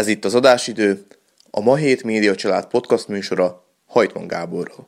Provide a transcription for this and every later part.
Ez itt az adásidő, a Ma Hét Média Család podcast műsora Hajtman Gáborral.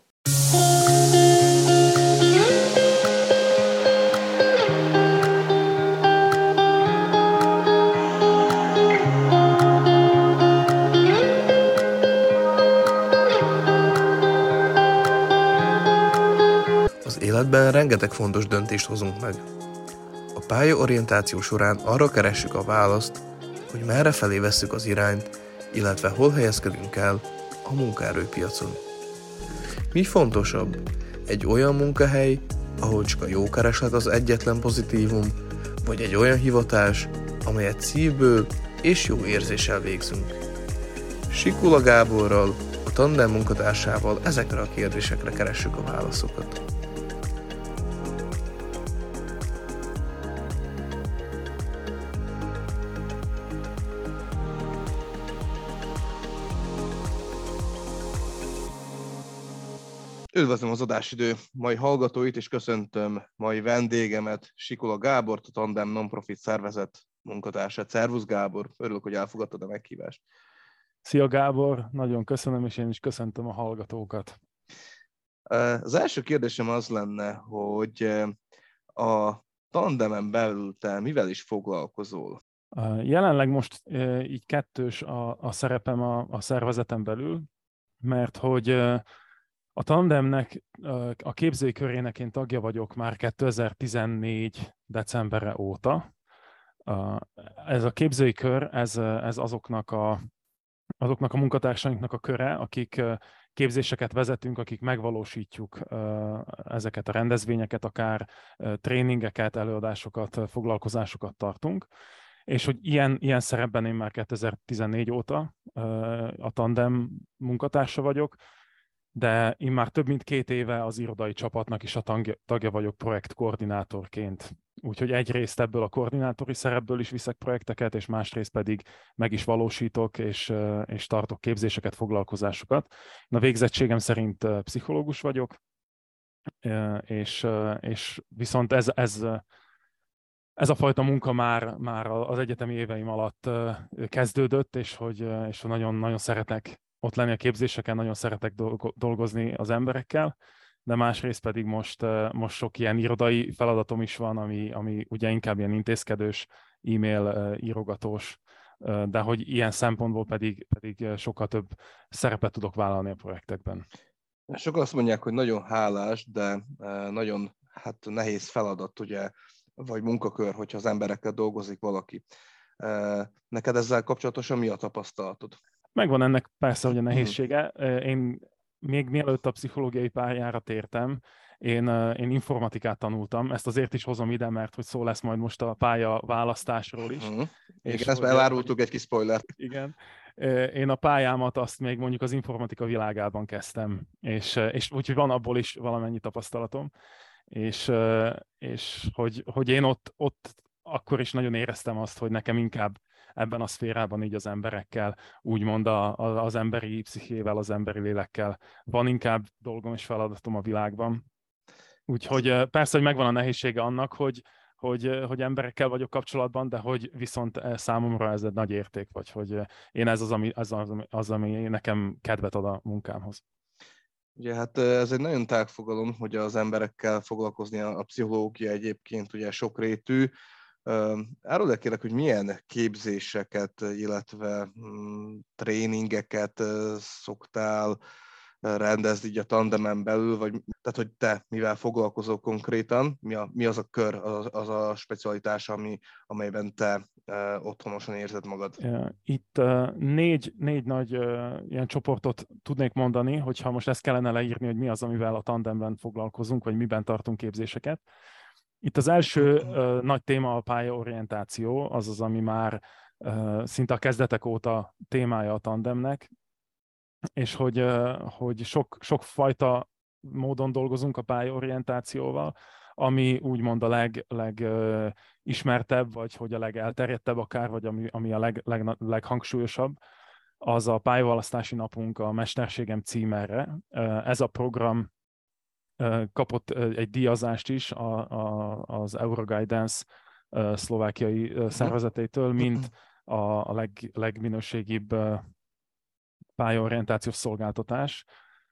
Az életben rengeteg fontos döntést hozunk meg. A pályaorientáció során arra keressük a választ, hogy merre felé vesszük az irányt, illetve hol helyezkedünk el a munkaerőpiacon. Mi fontosabb? Egy olyan munkahely, ahol csak a jó kereslet az egyetlen pozitívum, vagy egy olyan hivatás, amelyet szívből és jó érzéssel végzünk? Sikula Gáborral, a Tandem munkatársával ezekre a kérdésekre keressük a válaszokat. Üdvözlöm az adásidő mai hallgatóit, és köszöntöm mai vendégemet, Sikula Gábort, a Tandem non-profit szervezet munkatársát. Szervusz Gábor, örülök, hogy elfogadtad a meghívást. Szia Gábor, nagyon köszönöm, és én is köszöntöm a hallgatókat. Az első kérdésem az lenne, hogy a Tandemen belül te mivel is foglalkozol? Jelenleg most így kettős a szerepem a szervezeten belül, mert hogy a Tandemnek a képzői körének én tagja vagyok már 2014. decemberre óta. Ez a képzői kör, ez azoknak a munkatársainknak a köre, akik képzéseket vezetünk, akik megvalósítjuk ezeket a rendezvényeket, akár tréningeket, előadásokat, foglalkozásokat tartunk. És hogy ilyen szerepben én már 2014 óta a Tandem munkatársa vagyok, de én már több mint 2 éve az irodai csapatnak is a tagja vagyok projektkoordinátorként. Úgyhogy egyrészt ebből a koordinátori szerepből is viszek projekteket, és másrészt pedig meg is valósítok, és tartok képzéseket, foglalkozásokat. A végzettségem szerint pszichológus vagyok, és viszont ez a fajta munka már az egyetemi éveim alatt kezdődött, és hogy nagyon szeretek ott lenni a képzéseken, nagyon szeretek dolgozni az emberekkel, de másrészt pedig most sok ilyen irodai feladatom is van, ami ugye inkább ilyen intézkedős, e-mail írogatós, de hogy ilyen szempontból pedig sokkal több szerepet tudok vállalni a projektekben. Sokan azt mondják, hogy nagyon hálás, de nagyon nehéz feladat, ugye, vagy munkakör, hogyha az emberekkel dolgozik valaki. Neked ezzel kapcsolatosan mi a tapasztalatod? Megvan ennek persze, hogy a nehézsége. Én még mielőtt a pszichológiai pályára tértem, én informatikát tanultam. Ezt azért is hozom ide, mert hogy szó lesz majd most a pálya választásról is. Igen, ezt elárultuk egy kis spoilert. Igen. Én a pályámat azt még mondjuk az informatika világában kezdtem, és úgyhogy van abból is valamennyi tapasztalatom. És hogy én ott akkor is nagyon éreztem azt, hogy nekem inkább ebben a szférában így az emberekkel, úgymond az emberi pszichével, az emberi lélekkel van inkább dolgom és feladatom a világban. Úgyhogy persze, hogy megvan a nehézsége annak, hogy emberekkel vagyok kapcsolatban, de hogy viszont számomra ez egy nagy érték, vagy hogy én ez az, ami nekem kedvet ad a munkámhoz. Ugye hát ez egy nagyon tág fogalom, hogy az emberekkel foglalkozni, a pszichológia egyébként ugye sokrétű. Áruld kérlek, hogy milyen képzéseket, illetve tréningeket szoktál rendezni így a Tandemen belül, vagy tehát, hogy te mivel foglalkozol konkrétan, mi az a kör, az a specialitás, amelyben te otthonosan érzed magad? Itt négy nagy ilyen csoportot tudnék mondani, hogyha most ezt kellene leírni, hogy mi az, amivel a Tandemben foglalkozunk, vagy miben tartunk képzéseket. Itt az első nagy téma a pályaorientáció, az, ami már szinte a kezdetek óta témája a Tandemnek, és hogy sok fajta módon dolgozunk a pályaorientációval, ami úgymond a legismertebb, vagy hogy a legelterjedtebb akár, vagy ami a leghangsúlyosabb, az a pályaválasztási napunk, a Mesterségem címerre. Ez a program kapott egy díjazást is az Euroguidance szlovákiai szervezetétől, mint a legminőségibb pályaorientációs szolgáltatás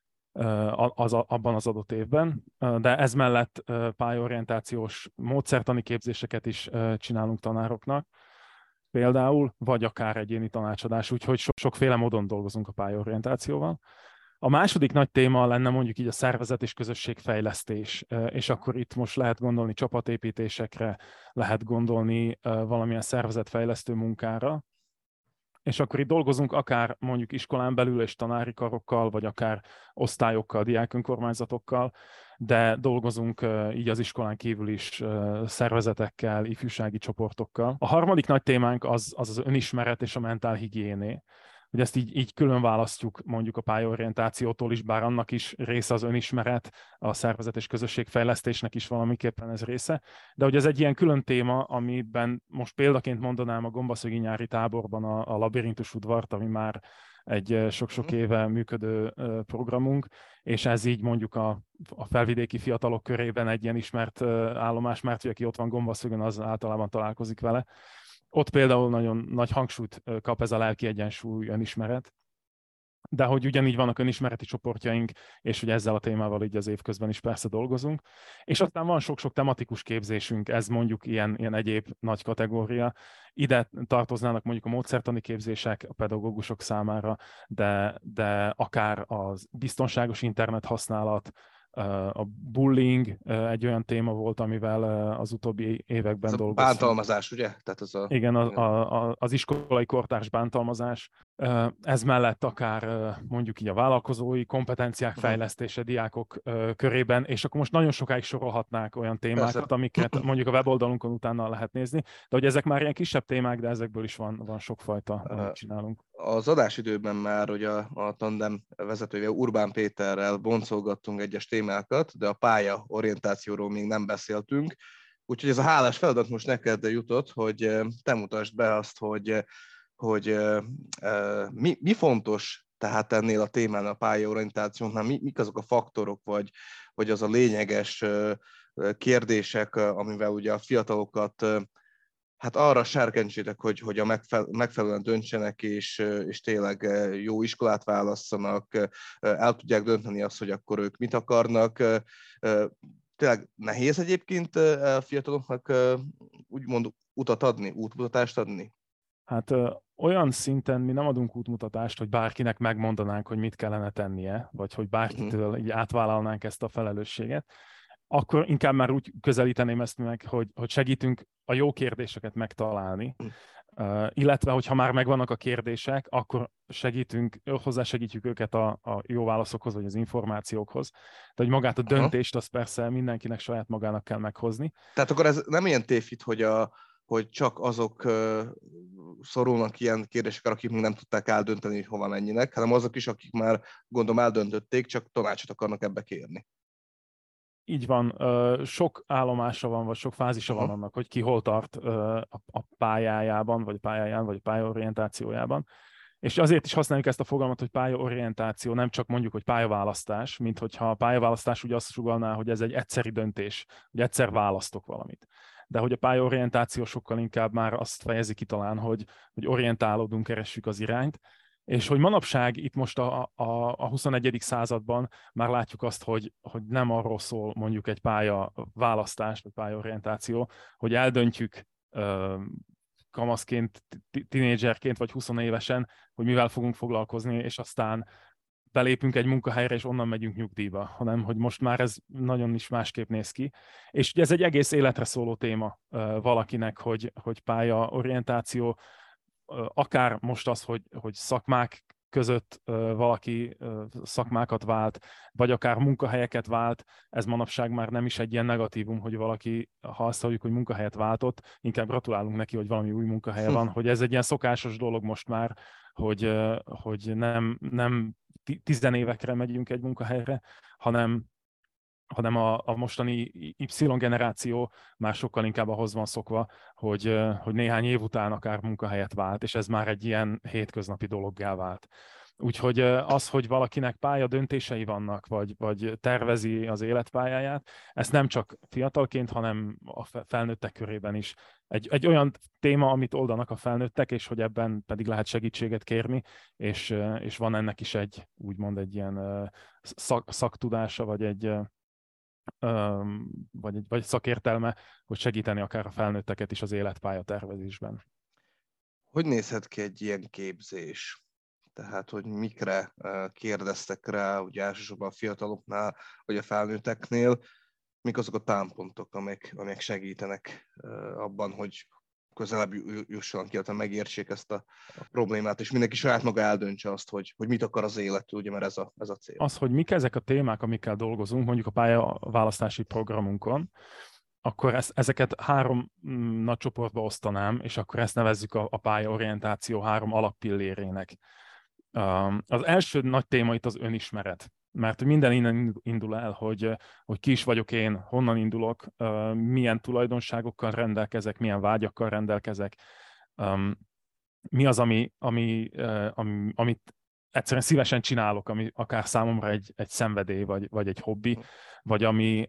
abban az adott évben, de ez mellett pályaorientációs módszertani képzéseket is csinálunk tanároknak, például, vagy akár egyéni tanácsadás, úgyhogy sokféle módon dolgozunk a pályaorientációval. A második nagy téma lenne mondjuk így a szervezet és közösségfejlesztés, és akkor itt most lehet gondolni csapatépítésekre, lehet gondolni valamilyen szervezetfejlesztő munkára, és akkor itt dolgozunk akár mondjuk iskolán belül és tanári karokkal, vagy akár osztályokkal, diákönkormányzatokkal, de dolgozunk így az iskolán kívül is szervezetekkel, ifjúsági csoportokkal. A harmadik nagy témánk az önismeret és a mentálhigiéné. Hogy ezt így külön választjuk mondjuk a pályaorientációtól is, bár annak is része az önismeret, a szervezet és közösségfejlesztésnek is valamiképpen ez része. De hogy ez egy ilyen külön téma, amiben most példaként mondanám a Gombaszögi nyári táborban a Labirintus udvart, ami már egy sok-sok éve működő programunk, és ez így mondjuk a felvidéki fiatalok körében egy ilyen ismert állomás, mert aki ott van Gombaszögön, az általában találkozik vele. Ott például nagyon nagy hangsúlyt kap ez a lelki egyensúly, önismeret, de hogy ugyanígy vannak önismereti csoportjaink, és hogy ezzel a témával így az év közben is persze dolgozunk. És aztán van sok-sok tematikus képzésünk, ez mondjuk ilyen egyéb nagy kategória. Ide tartoznának mondjuk a módszertani képzések a pedagógusok számára, de akár az biztonságos internet használat, a bullying egy olyan téma volt, amivel az utóbbi években dolgoztunk. Bántalmazás, ugye? Tehát igen, az iskolai kortárs bántalmazás. Ez mellett akár mondjuk így a vállalkozói kompetenciák fejlesztése diákok körében, és akkor most nagyon sokáig sorolhatnák olyan témákat, persze, amiket mondjuk a weboldalunkon utána lehet nézni, de hogy ezek már ilyen kisebb témák, de ezekből is van sokfajta, amit csinálunk. Az adásidőben már ugye a tandem vezetője Urbán Péterrel boncolgattunk egyes témákat, de a pálya orientációról még nem beszéltünk, úgyhogy ez a hálás feladat most neked jutott, hogy te mutasd be azt, hogy mi fontos tehát ennél a témán a pályaorientációnál, mik azok a faktorok, vagy az a lényeges kérdések, amivel ugye a fiatalokat hát arra serkentsétek, hogy a megfelelően döntsenek, és tényleg jó iskolát válasszanak, el tudják dönteni azt, hogy akkor ők mit akarnak. Tényleg nehéz egyébként a fiataloknak úgymond utat adni, útmutatást adni? Hát olyan szinten mi nem adunk útmutatást, hogy bárkinek megmondanánk, hogy mit kellene tennie, vagy hogy bárkitől így átvállalnánk ezt a felelősséget. Akkor inkább már úgy közelíteném ezt meg, hogy segítünk a jó kérdéseket megtalálni, illetve, hogyha már megvannak a kérdések, akkor hozzásegítjük őket a jó válaszokhoz, vagy az információkhoz. De hogy magát a döntést, azt persze mindenkinek saját magának kell meghozni. Tehát akkor ez nem ilyen tévhit, hogy csak azok szorulnak ilyen kérdésekre, akik még nem tudták eldönteni, hogy hova menjenek, hanem azok is, akik már gondolom eldöntötték, csak tanácsot akarnak ebbe kérni. Így van, sok állomása van, vagy sok fázisa van annak, hogy ki hol tart a pályájában, vagy a pályaorientációjában. És azért is használjuk ezt a fogalmat, hogy pályaorientáció, nem csak mondjuk, hogy pályaválasztás, mint hogyha a pályaválasztás úgy azt sugallná, hogy ez egy egyszeri döntés, hogy egyszer választok valamit. De hogy a pályaorientáció sokkal inkább már azt fejezi ki talán, hogy orientálódunk, keressük az irányt, és hogy manapság itt most a 21. században már látjuk azt, hogy nem arról szól mondjuk egy pályaválasztás, vagy pályaorientáció, hogy eldöntjük kamaszként, tinédzserként, vagy 20 évesen, hogy mivel fogunk foglalkozni, és aztán belépünk egy munkahelyre, és onnan megyünk nyugdíjba, hanem hogy most már ez nagyon is másképp néz ki. És ez egy egész életre szóló téma valakinek, hogy pályaorientáció, akár most az, hogy szakmák között valaki szakmákat vált, vagy akár munkahelyeket vált, ez manapság már nem is egy ilyen negatívum, hogy valaki, ha azt halljuk, hogy munkahelyet váltott, inkább gratulálunk neki, hogy valami új munkahelye van, hogy ez egy ilyen szokásos dolog most már, hogy nem 10 évekre megyünk egy munkahelyre, hanem a mostani Y-generáció már sokkal inkább ahhoz van szokva, hogy néhány év után akár munkahelyet vált, és ez már egy ilyen hétköznapi dologgá vált. Úgyhogy az, hogy valakinek pálya döntései vannak, vagy tervezi az életpályáját, ezt nem csak fiatalként, hanem a felnőttek körében is. Egy olyan téma, amit oldanak a felnőttek, és hogy ebben pedig lehet segítséget kérni, és van ennek is úgymond egy ilyen szaktudása, vagy szakértelme, hogy segíteni akár a felnőtteket is az életpálya tervezésben. Hogy nézhet ki egy ilyen képzés? Tehát, hogy mikre kérdeztek rá, ugye elsősorban a fiataloknál, vagy a felnőtteknél, mik azok a támpontok, amik segítenek abban, hogy közelebb jussanak, illetve megértsék ezt a problémát, és mindenki saját maga eldöntse azt, hogy mit akar az élettől, ugye, mert ez a cél. Az, hogy mik ezek a témák, amikkel dolgozunk, mondjuk a pályaválasztási programunkon, akkor ezeket 3 nagy csoportba osztanám, és akkor ezt nevezzük a pályaorientáció 3 alappillérének. Az első nagy téma itt az önismeret, mert minden innen indul el, hogy ki is vagyok én, honnan indulok, milyen tulajdonságokkal rendelkezek, milyen vágyakkal rendelkezek, mi az, amit egyszerűen szívesen csinálok, ami akár számomra egy szenvedély, vagy egy hobbi, vagy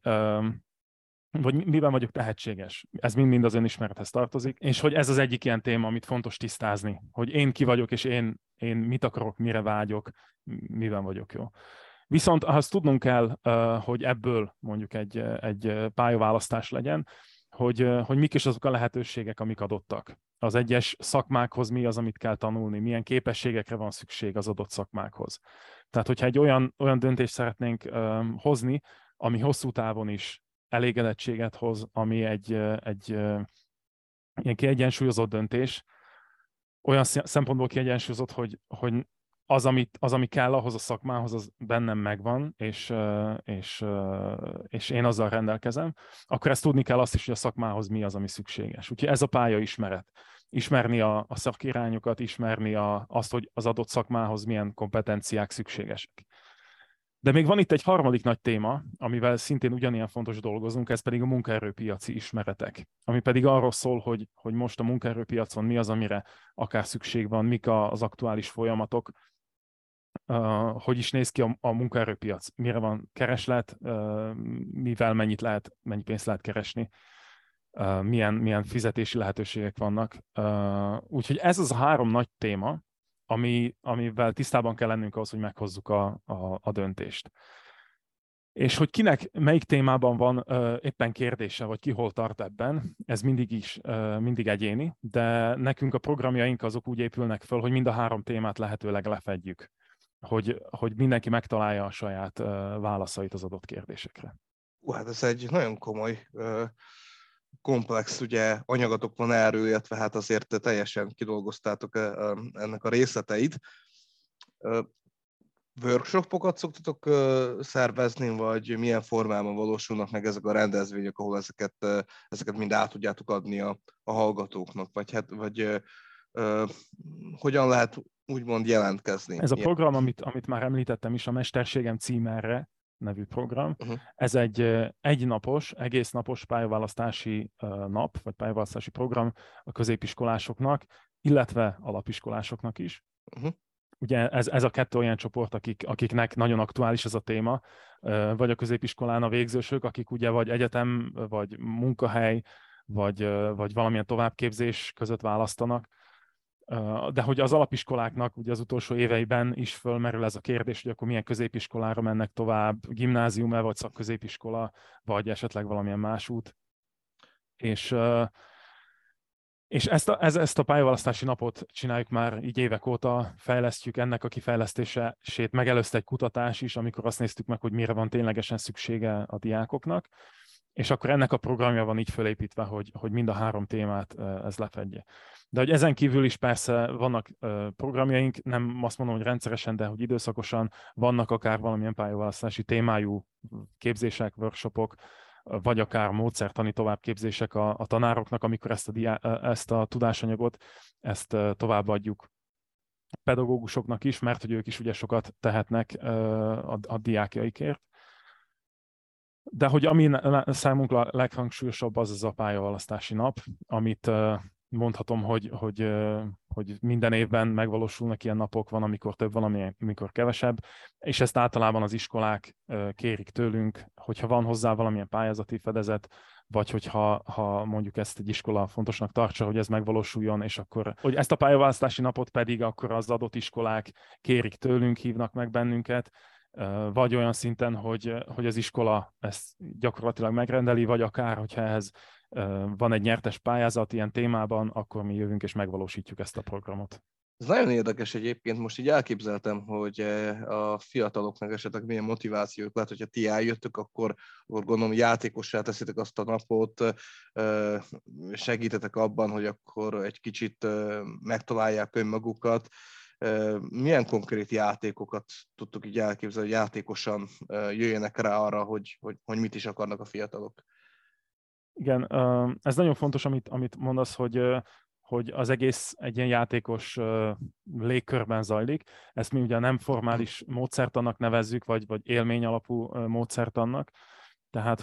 vagy miben vagyok tehetséges. Ez mind-mind az önismerethez tartozik, és hogy ez az egyik ilyen téma, amit fontos tisztázni, hogy én ki vagyok, és én mit akarok, mire vágyok, miben vagyok jó. Viszont azt tudnunk kell, hogy ebből mondjuk egy pályaválasztás legyen, hogy mik is azok a lehetőségek, amik adottak. Az egyes szakmákhoz mi az, amit kell tanulni, milyen képességekre van szükség az adott szakmákhoz. Tehát, hogyha egy olyan döntést szeretnénk hozni, ami hosszú távon is elégedettséget hoz, ami egy ilyen kiegyensúlyozott döntés, olyan szempontból kiegyensúlyozott, hogy ami kell ahhoz a szakmához, az bennem megvan, és én azzal rendelkezem, akkor ezt tudni kell azt is, hogy a szakmához mi az, ami szükséges. Úgyhogy ez a pályaismeret. Ismerni a szakirányokat, ismerni azt, hogy az adott szakmához milyen kompetenciák szükségesek. De még van itt egy harmadik nagy téma, amivel szintén ugyanilyen fontos dolgozunk, ez pedig a munkaerőpiaci ismeretek, ami pedig arról szól, hogy most a munkaerőpiacon mi az, amire akár szükség van, mik az aktuális folyamatok, hogy is néz ki a munkaerőpiac, mire van kereslet, mivel mennyi pénzt lehet keresni, milyen fizetési lehetőségek vannak. Úgyhogy ez az a 3 nagy téma, amivel tisztában kell lennünk ahhoz, hogy meghozzuk a döntést. És hogy kinek melyik témában van éppen kérdése, vagy ki hol tart ebben, ez mindig egyéni, de nekünk a programjaink azok úgy épülnek föl, hogy mind a 3 témát lehetőleg lefedjük, hogy mindenki megtalálja a saját válaszait az adott kérdésekre. Hát ez egy nagyon komoly, komplex ugye, anyagatok van erről, illetve hát azért teljesen kidolgoztátok ennek a részleteit. Workshopokat szoktatok szervezni, vagy milyen formában valósulnak meg ezek a rendezvények, ahol ezeket mind át tudjátok adni a hallgatóknak, vagy hogyan lehet úgymond jelentkezni? Ez a program, amit már említettem is, a Mesterségem címerre nevű program, ez egy egynapos, egész napos pályaválasztási nap, vagy pályaválasztási program a középiskolásoknak, illetve alapiskolásoknak is. Ugye ez a 2 olyan csoport, akiknek nagyon aktuális ez a téma, vagy a középiskolán a végzősök, akik ugye vagy egyetem, vagy munkahely, vagy valamilyen továbbképzés között választanak. De hogy az alapiskoláknak ugye az utolsó éveiben is fölmerül ez a kérdés, hogy akkor milyen középiskolára mennek tovább, gimnázium-e, vagy szakközépiskola, vagy esetleg valamilyen más út. És ezt a pályaválasztási napot csináljuk már így évek óta, fejlesztjük, ennek a kifejlesztését megelőzte egy kutatás is, amikor azt néztük meg, hogy mire van ténylegesen szüksége a diákoknak, és akkor ennek a programja van így fölépítve, hogy mind a 3 témát ez lefedje. De hogy ezen kívül is persze vannak programjaink, nem azt mondom, hogy rendszeresen, de hogy időszakosan vannak akár valamilyen pályaválasztási témájú képzések, workshopok, vagy akár módszertani továbbképzések a tanároknak, amikor ezt a tudásanyagot továbbadjuk pedagógusoknak is, mert hogy ők is ugye sokat tehetnek a diákjaikért. De hogy ami számunkra leghangsúlyosabb, az a pályaválasztási nap, amit mondhatom, hogy minden évben megvalósulnak ilyen napok, van, amikor több, van, amikor kevesebb, és ezt általában az iskolák kérik tőlünk, hogyha van hozzá valamilyen pályázati fedezet, vagy hogyha mondjuk ezt egy iskola fontosnak tartsa, hogy ez megvalósuljon, és akkor, hogy ezt a pályaválasztási napot pedig akkor az adott iskolák kérik tőlünk, hívnak meg bennünket, vagy olyan szinten, hogy az iskola ezt gyakorlatilag megrendeli, vagy akár, hogyha ehhez van egy nyertes pályázat ilyen témában, akkor mi jövünk és megvalósítjuk ezt a programot. Ez nagyon érdekes egyébként, most így elképzeltem, hogy a fiataloknak esetleg milyen motivációk lehet, hogyha ti eljöttök, akkor gondolom játékossá teszitek azt a napot, segítetek abban, hogy akkor egy kicsit megtalálják önmagukat. Milyen konkrét játékokat tudtuk így elképzelni, hogy játékosan jöjjenek rá arra, hogy mit is akarnak a fiatalok? Igen, ez nagyon fontos, amit mondasz, hogy az egész egy ilyen játékos légkörben zajlik. Ezt mi ugye nem formális módszertannak nevezzük, vagy élmény alapú módszertannak. Tehát,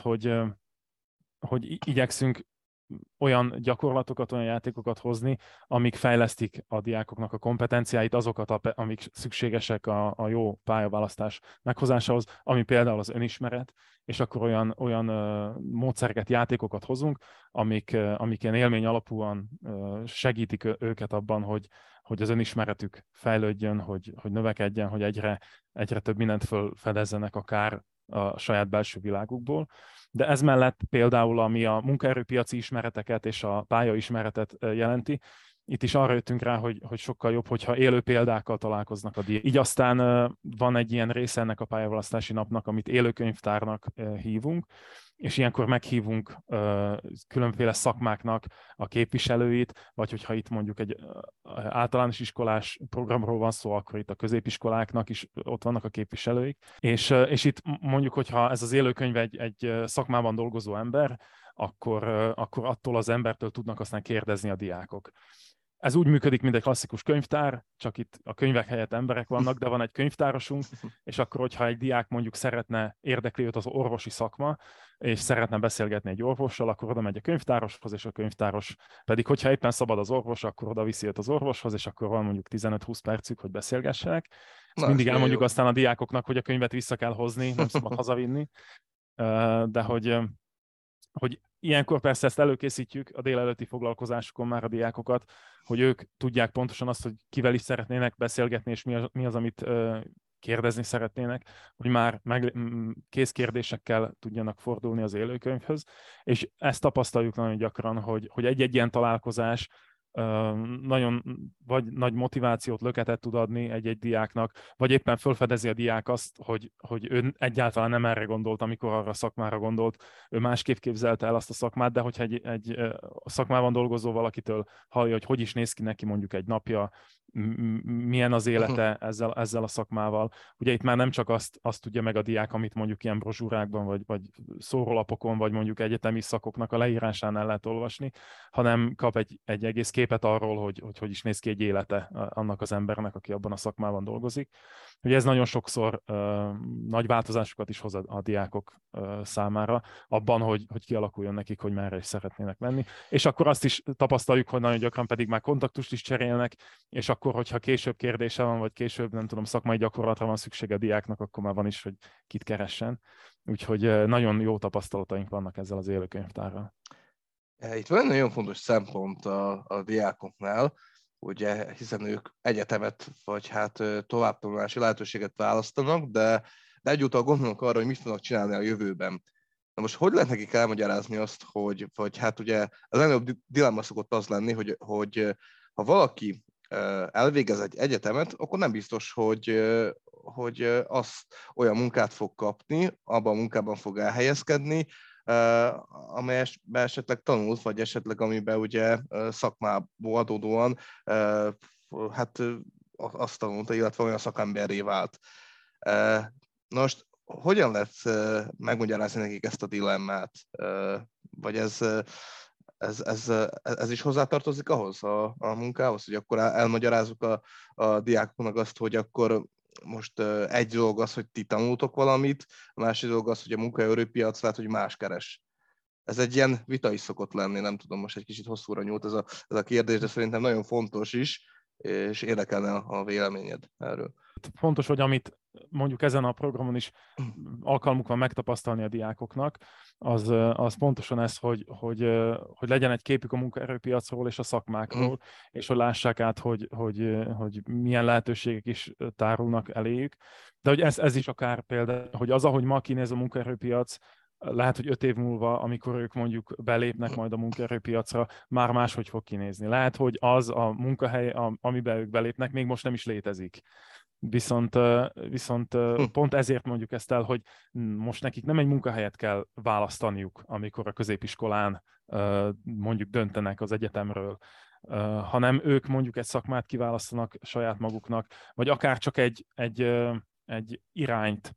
hogy igyekszünk olyan gyakorlatokat, olyan játékokat hozni, amik fejlesztik a diákoknak a kompetenciáit, azokat, amik szükségesek a jó pályaválasztás meghozásához, ami például az önismeret, és akkor olyan módszereket, játékokat hozunk, amik ilyen élmény alapúan segítik őket abban, hogy az önismeretük fejlődjön, hogy növekedjen, hogy egyre több mindent fölfedezzenek akár a saját belső világukból. De ez mellett például, ami a munkaerőpiaci ismereteket és a pályaismeretet jelenti, itt is arra jöttünk rá, hogy sokkal jobb, hogyha élő példákkal találkoznak a diák. Így aztán van egy ilyen része ennek a pályaválasztási napnak, amit élőkönyvtárnak hívunk, és ilyenkor meghívunk különféle szakmáknak a képviselőit, vagy hogyha itt mondjuk egy általános iskolás programról van szó, akkor itt a középiskoláknak is ott vannak a képviselőik. És itt mondjuk, hogyha ez az élőkönyv egy szakmában dolgozó ember, akkor attól az embertől tudnak aztán kérdezni a diákok. Ez úgy működik, mint egy klasszikus könyvtár, csak itt a könyvek helyett emberek vannak, de van egy könyvtárosunk, és akkor, hogyha egy diák mondjuk érdekli őt az orvosi szakma, és szeretne beszélgetni egy orvossal, akkor oda megy a könyvtároshoz, és a könyvtáros pedig, hogyha éppen szabad az orvos, akkor oda viszi őt az orvoshoz, és akkor van mondjuk 15-20 percük, hogy beszélgessenek. Ezt mindig elmondjuk aztán a diákoknak, hogy a könyvet vissza kell hozni, nem szabad hazavinni, de hogy ilyenkor persze ezt előkészítjük a délelőtti foglalkozásukon már a diákokat, hogy ők tudják pontosan azt, hogy kivel is szeretnének beszélgetni, és mi az amit kérdezni szeretnének, hogy már kész kérdésekkel tudjanak fordulni az élőkönyvhöz. És ezt tapasztaljuk nagyon gyakran, hogy egy-egy ilyen találkozás nagyon vagy nagy motivációt, löketet tud adni egy-egy diáknak, vagy éppen felfedezi a diák azt, hogy ő egyáltalán nem erre gondolt, amikor arra a szakmára gondolt, ő másképp képzelte el azt a szakmát, de hogyha egy szakmában dolgozó valakitől hallja, hogy is néz ki neki mondjuk egy napja, milyen az élete ezzel a szakmával. Ugye itt már nem csak azt tudja meg a diák, amit mondjuk ilyen brozsúrákban, vagy szórólapokon, vagy mondjuk egyetemi szakoknak a leírásán el lehet olvasni, hanem kap egy egész képet arról, hogy is néz ki egy élete annak az embernek, aki abban a szakmában dolgozik. Ugye ez nagyon sokszor nagy változásokat is hoz a diákok számára, abban, hogy kialakuljon nekik, hogy merre is szeretnének menni. És akkor azt is tapasztaljuk, hogy nagyon gyakran pedig már kontaktust is cserélnek, és akkor, hogyha később kérdése van, vagy később, nem tudom, szakmai gyakorlatra van szüksége a diáknak, akkor már van is, hogy kit keressen. Úgyhogy nagyon jó tapasztalataink vannak ezzel az élőkönyvtárral. Itt van egy nagyon fontos szempont a diákoknál, ugye, hiszen ők egyetemet, vagy hát továbbtanulási lehetőséget választanak, de egyúttal gondolnak arra, hogy mit fognak csinálni a jövőben. Na most hogy lehet nekik elmagyarázni azt, hogy hát ugye a legnagyobb dilemma szokott az lenni, hogy ha valaki elvégez egy egyetemet, akkor nem biztos, hogy az olyan munkát fog kapni, abban a munkában fog elhelyezkedni, amelyben esetleg tanult, vagy esetleg amiben ugye szakmából adódóan hát azt tanulta, illetve olyan szakemberré vált. Na most hogyan lehet megmagyarázni nekik ezt a dilemmát? Vagy ez is hozzátartozik ahhoz a munkához, hogy akkor elmagyarázzuk a diákoknak azt, hogy akkor most egy dolog az, hogy ti tanultok valamit, a másik dolog az, hogy a munkaerőpiac lehet, hogy más keres. Ez egy ilyen vita is szokott lenni, nem tudom, most egy kicsit hosszúra nyúlt ez a kérdés, de szerintem nagyon fontos is, és érdekelne a véleményed erről. Fontos, hogy amit mondjuk ezen a programon is alkalmuk van megtapasztalni a diákoknak, az pontosan ez, hogy legyen egy képük a munkaerőpiacról és a szakmákról, és hogy lássák át, hogy milyen lehetőségek is tárulnak eléjük. De hogy ez is akár például, hogy az, ahogy ma kinéz a munkaerőpiac, lehet, hogy 5 év múlva, amikor ők mondjuk belépnek majd a munkaerőpiacra, már máshogy fog kinézni. Lehet, hogy az a munkahely, amiben ők belépnek, még most nem is létezik. Viszont pont ezért mondjuk ezt el, hogy most nekik nem egy munkahelyet kell választaniuk, amikor a középiskolán mondjuk döntenek az egyetemről, hanem ők mondjuk egy szakmát kiválasztanak saját maguknak, vagy akár csak egy irányt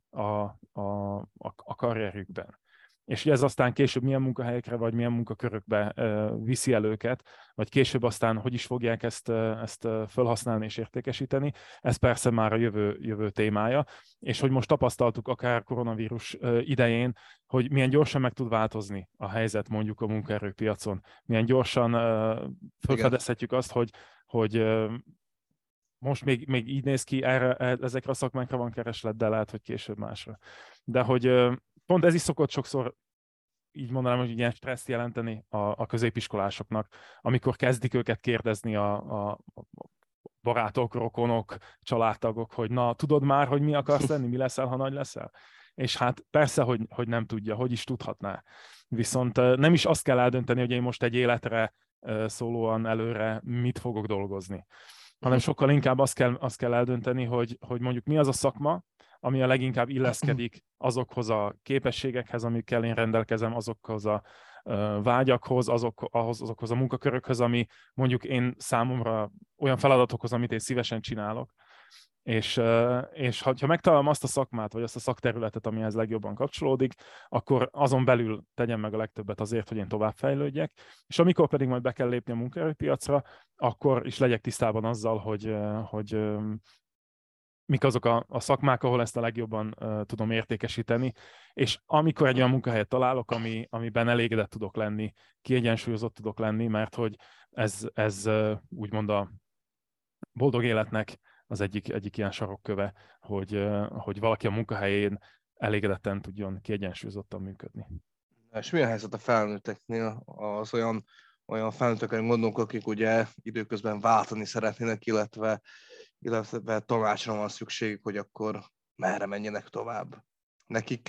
a karrierjükben. És ez aztán később milyen munkahelyekre, vagy milyen munkakörökbe viszi el őket, vagy később aztán hogy is fogják ezt felhasználni és értékesíteni, ez persze már a jövő témája. És hogy most tapasztaltuk akár koronavírus idején, hogy milyen gyorsan meg tud változni a helyzet mondjuk a munkaerőpiacon. Milyen gyorsan felfedezhetjük azt, hogy most még így néz ki, ezekre a szakmákra van kereslet, de lehet, hogy később másra. De hogy pont ez is szokott sokszor, így mondanám, hogy ilyen stresszt jelenteni a középiskolásoknak, amikor kezdik őket kérdezni a barátok, rokonok, családtagok, hogy na, tudod már, hogy mi akarsz lenni, mi leszel, ha nagy leszel? És hát persze, hogy nem tudja, hogy is tudhatná. Viszont nem is azt kell eldönteni, hogy én most egy életre szólóan előre mit fogok dolgozni, hanem sokkal inkább azt kell eldönteni, hogy mondjuk mi az a szakma, ami a leginkább illeszkedik azokhoz a képességekhez, amikkel én rendelkezem, azokhoz a vágyakhoz, azokhoz a munkakörökhöz, ami mondjuk én számomra olyan feladatokhoz, amit én szívesen csinálok. És ha megtalálom azt a szakmát, vagy azt a szakterületet, amihez legjobban kapcsolódik, akkor azon belül tegyem meg a legtöbbet azért, hogy én továbbfejlődjek, és amikor pedig majd be kell lépni a munkaerőpiacra, akkor is legyek tisztában azzal, hogy mik azok a szakmák, ahol ezt a legjobban tudom értékesíteni, és amikor egy olyan munkahelyet találok, amiben elégedett tudok lenni, kiegyensúlyozott tudok lenni, mert hogy ez úgymond a boldog életnek az egyik ilyen sarokköve, hogy valaki a munkahelyén elégedetten tudjon kiegyensúlyozottan működni. És milyen helyzet a felnőtteknél? Az olyan felnőttekre gondolunk, akik ugye időközben váltani szeretnének, illetve tanácsra van szükségük, hogy akkor merre menjenek tovább. Nekik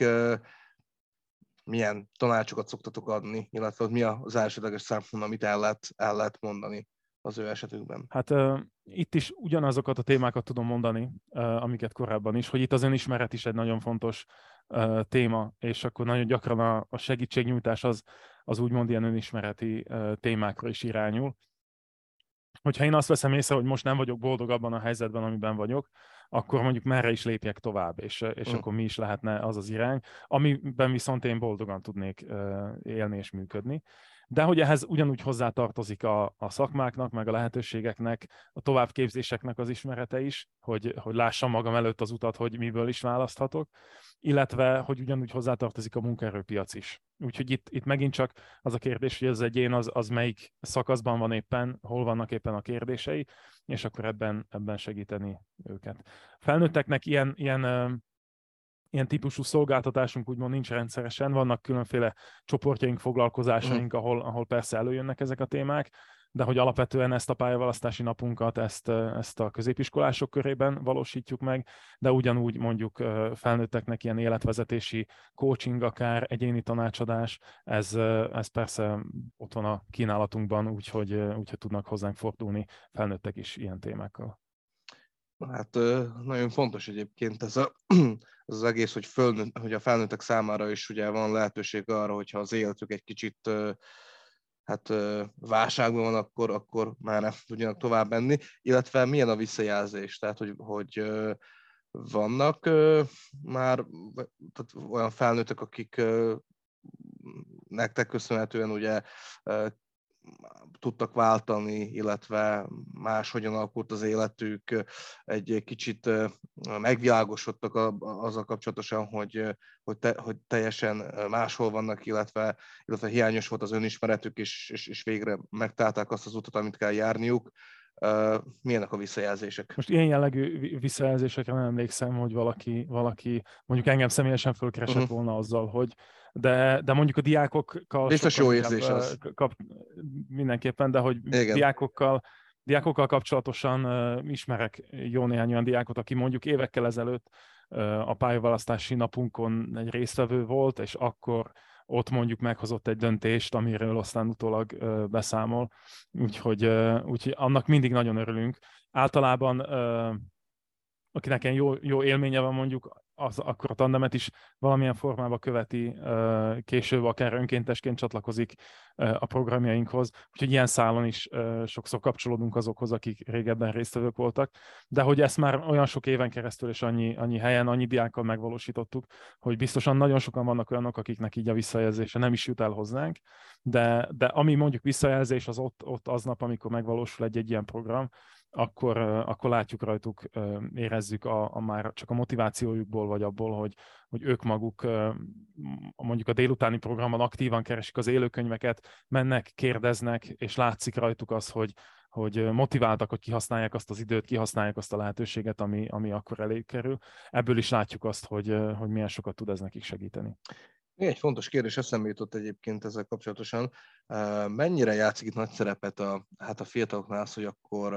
milyen tanácsokat szoktatok adni, illetve mi az elsődleges szempont, amit el lehet mondani az ő esetükben? Hát itt is ugyanazokat a témákat tudom mondani, amiket korábban is, hogy itt az önismeret is egy nagyon fontos téma, és akkor nagyon gyakran a segítségnyújtás az úgymond ilyen önismereti témákra is irányul. Hogyha én azt veszem észre, hogy most nem vagyok boldog abban a helyzetben, amiben vagyok, akkor mondjuk merre is lépjek tovább, és akkor mi is lehetne az irány, amiben viszont én boldogan tudnék élni és működni. De hogy ehhez ugyanúgy hozzátartozik a szakmáknak, meg a lehetőségeknek, a továbbképzéseknek az ismerete is, hogy lássam magam előtt az utat, hogy miből is választhatok, illetve hogy ugyanúgy hozzátartozik a munkaerőpiac is. Úgyhogy itt megint csak az a kérdés, hogy az egyén az melyik szakaszban van éppen, hol vannak éppen a kérdései, és akkor ebben segíteni őket. Felnőtteknek ilyen típusú szolgáltatásunk úgymond nincs rendszeresen, vannak különféle csoportjaink, foglalkozásaink, ahol persze előjönnek ezek a témák, de hogy alapvetően ezt a pályaválasztási napunkat, ezt a középiskolások körében valósítjuk meg, de ugyanúgy mondjuk felnőtteknek ilyen életvezetési coaching, akár egyéni tanácsadás, ez persze ott van a kínálatunkban, úgyhogy tudnak hozzánk fordulni felnőttek is ilyen témákkal. Hát nagyon fontos egyébként ez az egész, hogy a felnőttek számára is ugye van lehetőség arra, hogyha az életük egy kicsit válságban van, akkor már nem tudjanak tovább menni, illetve milyen a visszajelzés, tehát hogy vannak már tehát olyan felnőttek, akik nektek köszönhetően ugye tudtak váltani, illetve máshogyan alakult az életük, egy kicsit megvilágosodtak azzal kapcsolatosan, hogy teljesen máshol vannak, illetve hiányos volt az önismeretük, és végre megtalálták azt az utat, amit kell járniuk. Milyenek a visszajelzések? Most ilyen jellegű visszajelzésekre nem emlékszem, hogy valaki mondjuk engem személyesen fölkeresett volna azzal, hogy de mondjuk a diákokkal biztos jó érzés az. Mindenképpen, de hogy diákokkal kapcsolatosan ismerek jó néhány olyan diákot, aki mondjuk évekkel ezelőtt a pályaválasztási napunkon egy résztvevő volt, és akkor ott mondjuk meghozott egy döntést, amiről aztán utólag beszámol. Úgyhogy annak mindig nagyon örülünk. Általában, akinek ilyen jó élménye van mondjuk, az akkor a tandemet is valamilyen formában követi, később akár önkéntesként csatlakozik a programjainkhoz. Úgyhogy ilyen szálon is sokszor kapcsolódunk azokhoz, akik régebben résztvevők voltak. De hogy ezt már olyan sok éven keresztül és annyi helyen, annyi diákkal megvalósítottuk, hogy biztosan nagyon sokan vannak olyanok, akiknek így a visszajelzése nem is jut el hozzánk, de ami mondjuk visszajelzés az ott aznap, amikor megvalósul egy ilyen program, akkor látjuk rajtuk, érezzük már csak a motivációjukból, vagy abból, hogy ők maguk mondjuk a délutáni programban aktívan keresik az élőkönyveket, mennek, kérdeznek, és látszik rajtuk az, hogy motiváltak, hogy kihasználják azt az időt, kihasználják azt a lehetőséget, ami akkor elé kerül. Ebből is látjuk azt, hogy milyen sokat tud ez nekik segíteni. Még egy fontos kérdés eszembe jutott egyébként ezzel kapcsolatosan. Mennyire játszik itt nagy szerepet a fiataloknál az, hogy akkor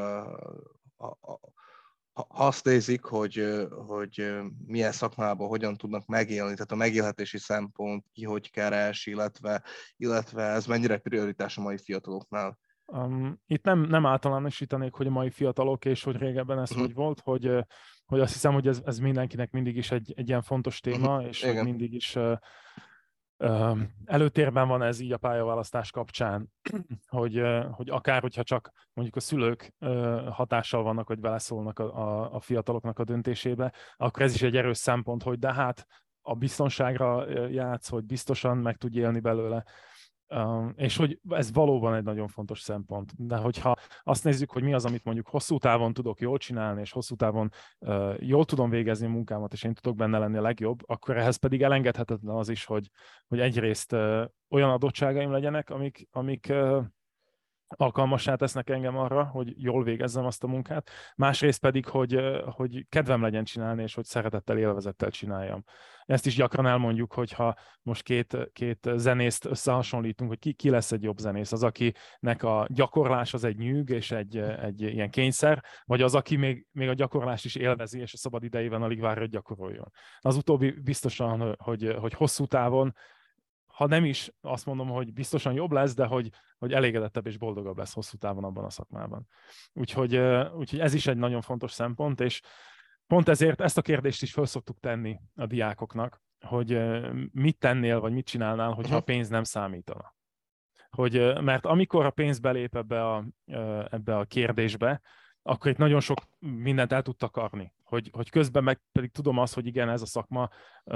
ha azt nézik, hogy milyen szakmában hogyan tudnak megélni, tehát a megélhetési szempont, ki hogy keres, illetve ez mennyire prioritás a mai fiataloknál? Itt nem általánosítanék, hogy a mai fiatalok, és hogy régebben ez hogy volt, hogy azt hiszem, hogy ez mindenkinek mindig is egy ilyen fontos téma, és hogy mindig is előtérben van ez így a pályaválasztás kapcsán, hogy akár, hogyha csak mondjuk a szülők hatással vannak, hogy beleszólnak a fiataloknak a döntésébe, akkor ez is egy erős szempont, hogy de hát a biztonságra játsz, hogy biztosan meg tud élni belőle. És hogy ez valóban egy nagyon fontos szempont. De hogyha azt nézzük, hogy mi az, amit mondjuk hosszú távon tudok jól csinálni, és hosszú távon jól tudom végezni a munkámat, és én tudok benne lenni a legjobb, akkor ehhez pedig elengedhetetlen az is, hogy egyrészt olyan adottságaim legyenek, amik alkalmassá tesznek engem arra, hogy jól végezzem azt a munkát, másrészt pedig, hogy kedvem legyen csinálni, és hogy szeretettel, élvezettel csináljam. Ezt is gyakran elmondjuk, hogyha most két zenészt összehasonlítunk, hogy ki lesz egy jobb zenész, az, akinek a gyakorlás az egy nyűg, és egy ilyen kényszer, vagy az, aki még a gyakorlást is élvezi, és a szabad idejében alig várja, hogy gyakoroljon. Az utóbbi biztosan, hogy hosszú távon, ha nem is azt mondom, hogy biztosan jobb lesz, de hogy elégedettebb és boldogabb lesz hosszú távon abban a szakmában. Úgyhogy ez is egy nagyon fontos szempont, és pont ezért ezt a kérdést is föl szoktuk tenni a diákoknak, hogy mit tennél, vagy mit csinálnál, hogyha a pénz nem számítana. Mert amikor a pénz belép ebbe a kérdésbe, akkor itt nagyon sok mindent el tud takarni. Hogy közben meg pedig tudom azt, hogy igen, ez a szakma,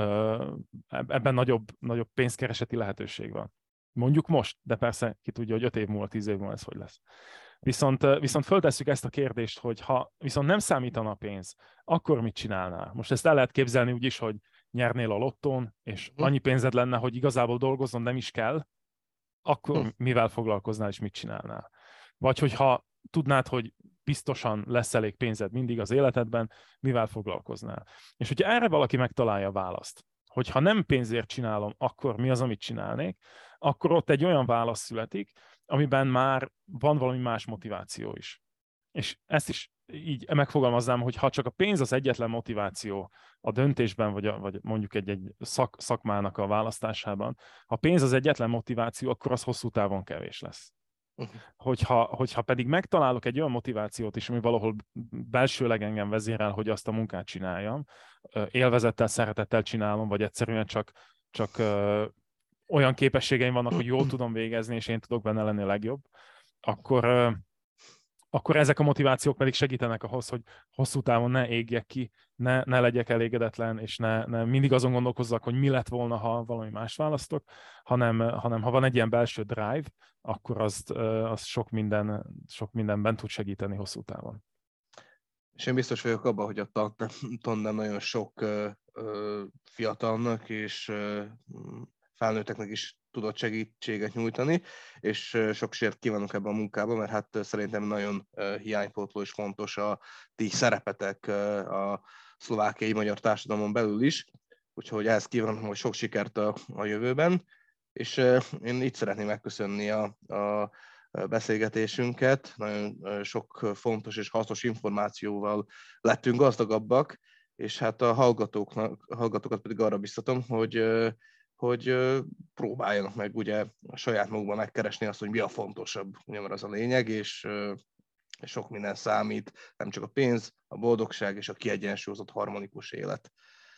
ebben nagyobb pénzkereseti lehetőség van. Mondjuk most, de persze ki tudja, hogy 5 év múlva, 10 év múlva ez hogy lesz. Viszont föltesszük ezt a kérdést, hogy ha viszont nem számítana a pénz, akkor mit csinálnál? Most ezt el lehet képzelni úgy is, hogy nyernél a lottón, és annyi pénzed lenne, hogy igazából dolgoznod nem is kell, akkor mivel foglalkoznál és mit csinálnál? Vagy hogyha tudnád, hogy biztosan lesz elég pénzed mindig az életedben, mivel foglalkoznál? És hogyha erre valaki megtalálja a választ, hogy ha nem pénzért csinálom, akkor mi az, amit csinálnék, akkor ott egy olyan válasz születik, amiben már van valami más motiváció is. És ezt is így megfogalmaznám, hogy ha csak a pénz az egyetlen motiváció a döntésben, vagy mondjuk egy szakmának a választásában, ha pénz az egyetlen motiváció, akkor az hosszú távon kevés lesz. Hogyha pedig megtalálok egy olyan motivációt is, ami valahol belsőleg engem vezérel, hogy azt a munkát csináljam, élvezettel, szeretettel csinálom, vagy egyszerűen csak olyan képességeim vannak, hogy jól tudom végezni, és én tudok benne lenni a legjobb, akkor ezek a motivációk pedig segítenek ahhoz, hogy hosszú távon ne égjek ki, ne legyek elégedetlen, és ne mindig azon gondolkozzak, hogy mi lett volna, ha valami más választok, hanem ha van egy ilyen belső drive, akkor az sok mindenben tud segíteni hosszú távon. És én biztos vagyok abban, hogy a tandem nagyon sok fiatalnak és felnőtteknek is tudott segítséget nyújtani, és sok sikert kívánok ebben a munkában, mert hát szerintem nagyon hiánypótló és fontos a ti szerepetek a szlovákiai magyar társadalmon belül is, úgyhogy ehhez kívánom, hogy sok sikert a jövőben, és én itt szeretném megköszönni a beszélgetésünket, nagyon sok fontos és hasznos információval lettünk gazdagabbak, és hát a hallgatókat pedig arra biztatom, hogy próbáljanak meg ugye a saját magukban megkeresni azt, hogy mi a fontosabb, ugye, mert az a lényeg, és sok minden számít, nem csak a pénz, a boldogság és a kiegyensúlyozott harmonikus élet.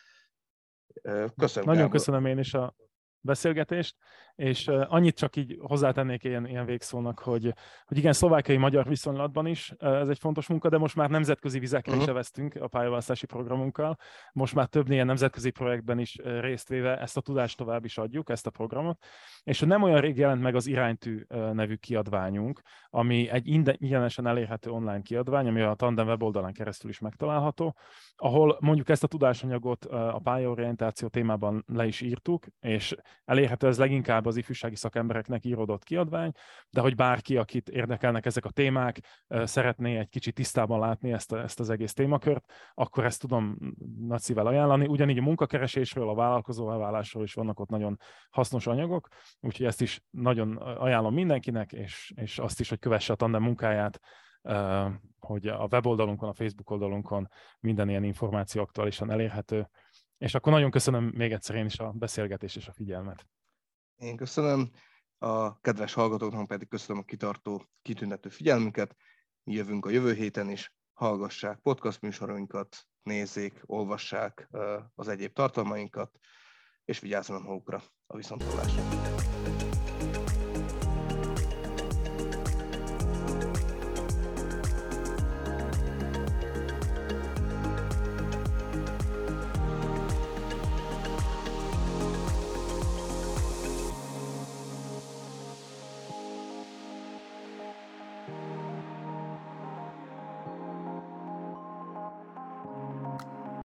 Köszönöm. Nagyon köszönöm én is a beszélgetést, és annyit csak így hozzátennék ilyen végszónak, hogy igen, szlovákiai-magyar viszonylatban is ez egy fontos munka, de most már nemzetközi vizekre is eveztünk a pályaválasztási programunkkal. Most már több ilyen nemzetközi projektben is részt véve ezt a tudást tovább is adjuk, ezt a programot. És nem olyan rég jelent meg az Iránytű nevű kiadványunk, ami egy ingyenesen elérhető online kiadvány, ami a Tandem weboldalán keresztül is megtalálható, ahol mondjuk ezt a tudásanyagot a pályaorientáció témában le is írtuk, és elérhető ez leginkább az ifjúsági szakembereknek íródott kiadvány, de hogy bárki, akit érdekelnek ezek a témák, szeretné egy kicsit tisztában látni ezt az egész témakört, akkor ezt tudom nagy szívvel ajánlani. Ugyanígy a munkakeresésről, a vállalkozóvá válásról is vannak ott nagyon hasznos anyagok, úgyhogy ezt is nagyon ajánlom mindenkinek, és azt is, hogy kövesse a Tandem munkáját, hogy a weboldalunkon, a Facebook oldalunkon minden ilyen információ aktuálisan elérhető. És akkor nagyon köszönöm még egyszer én is a beszélgetést és a figyelmet. Én köszönöm, a kedves hallgatóknak pedig köszönöm a kitartó, kitüntető figyelmüket. Mi jövünk a jövő héten is, hallgassák podcast műsoroinkat, nézzék, olvassák az egyéb tartalmainkat, és vigyázzanak magukra a viszonthallásra.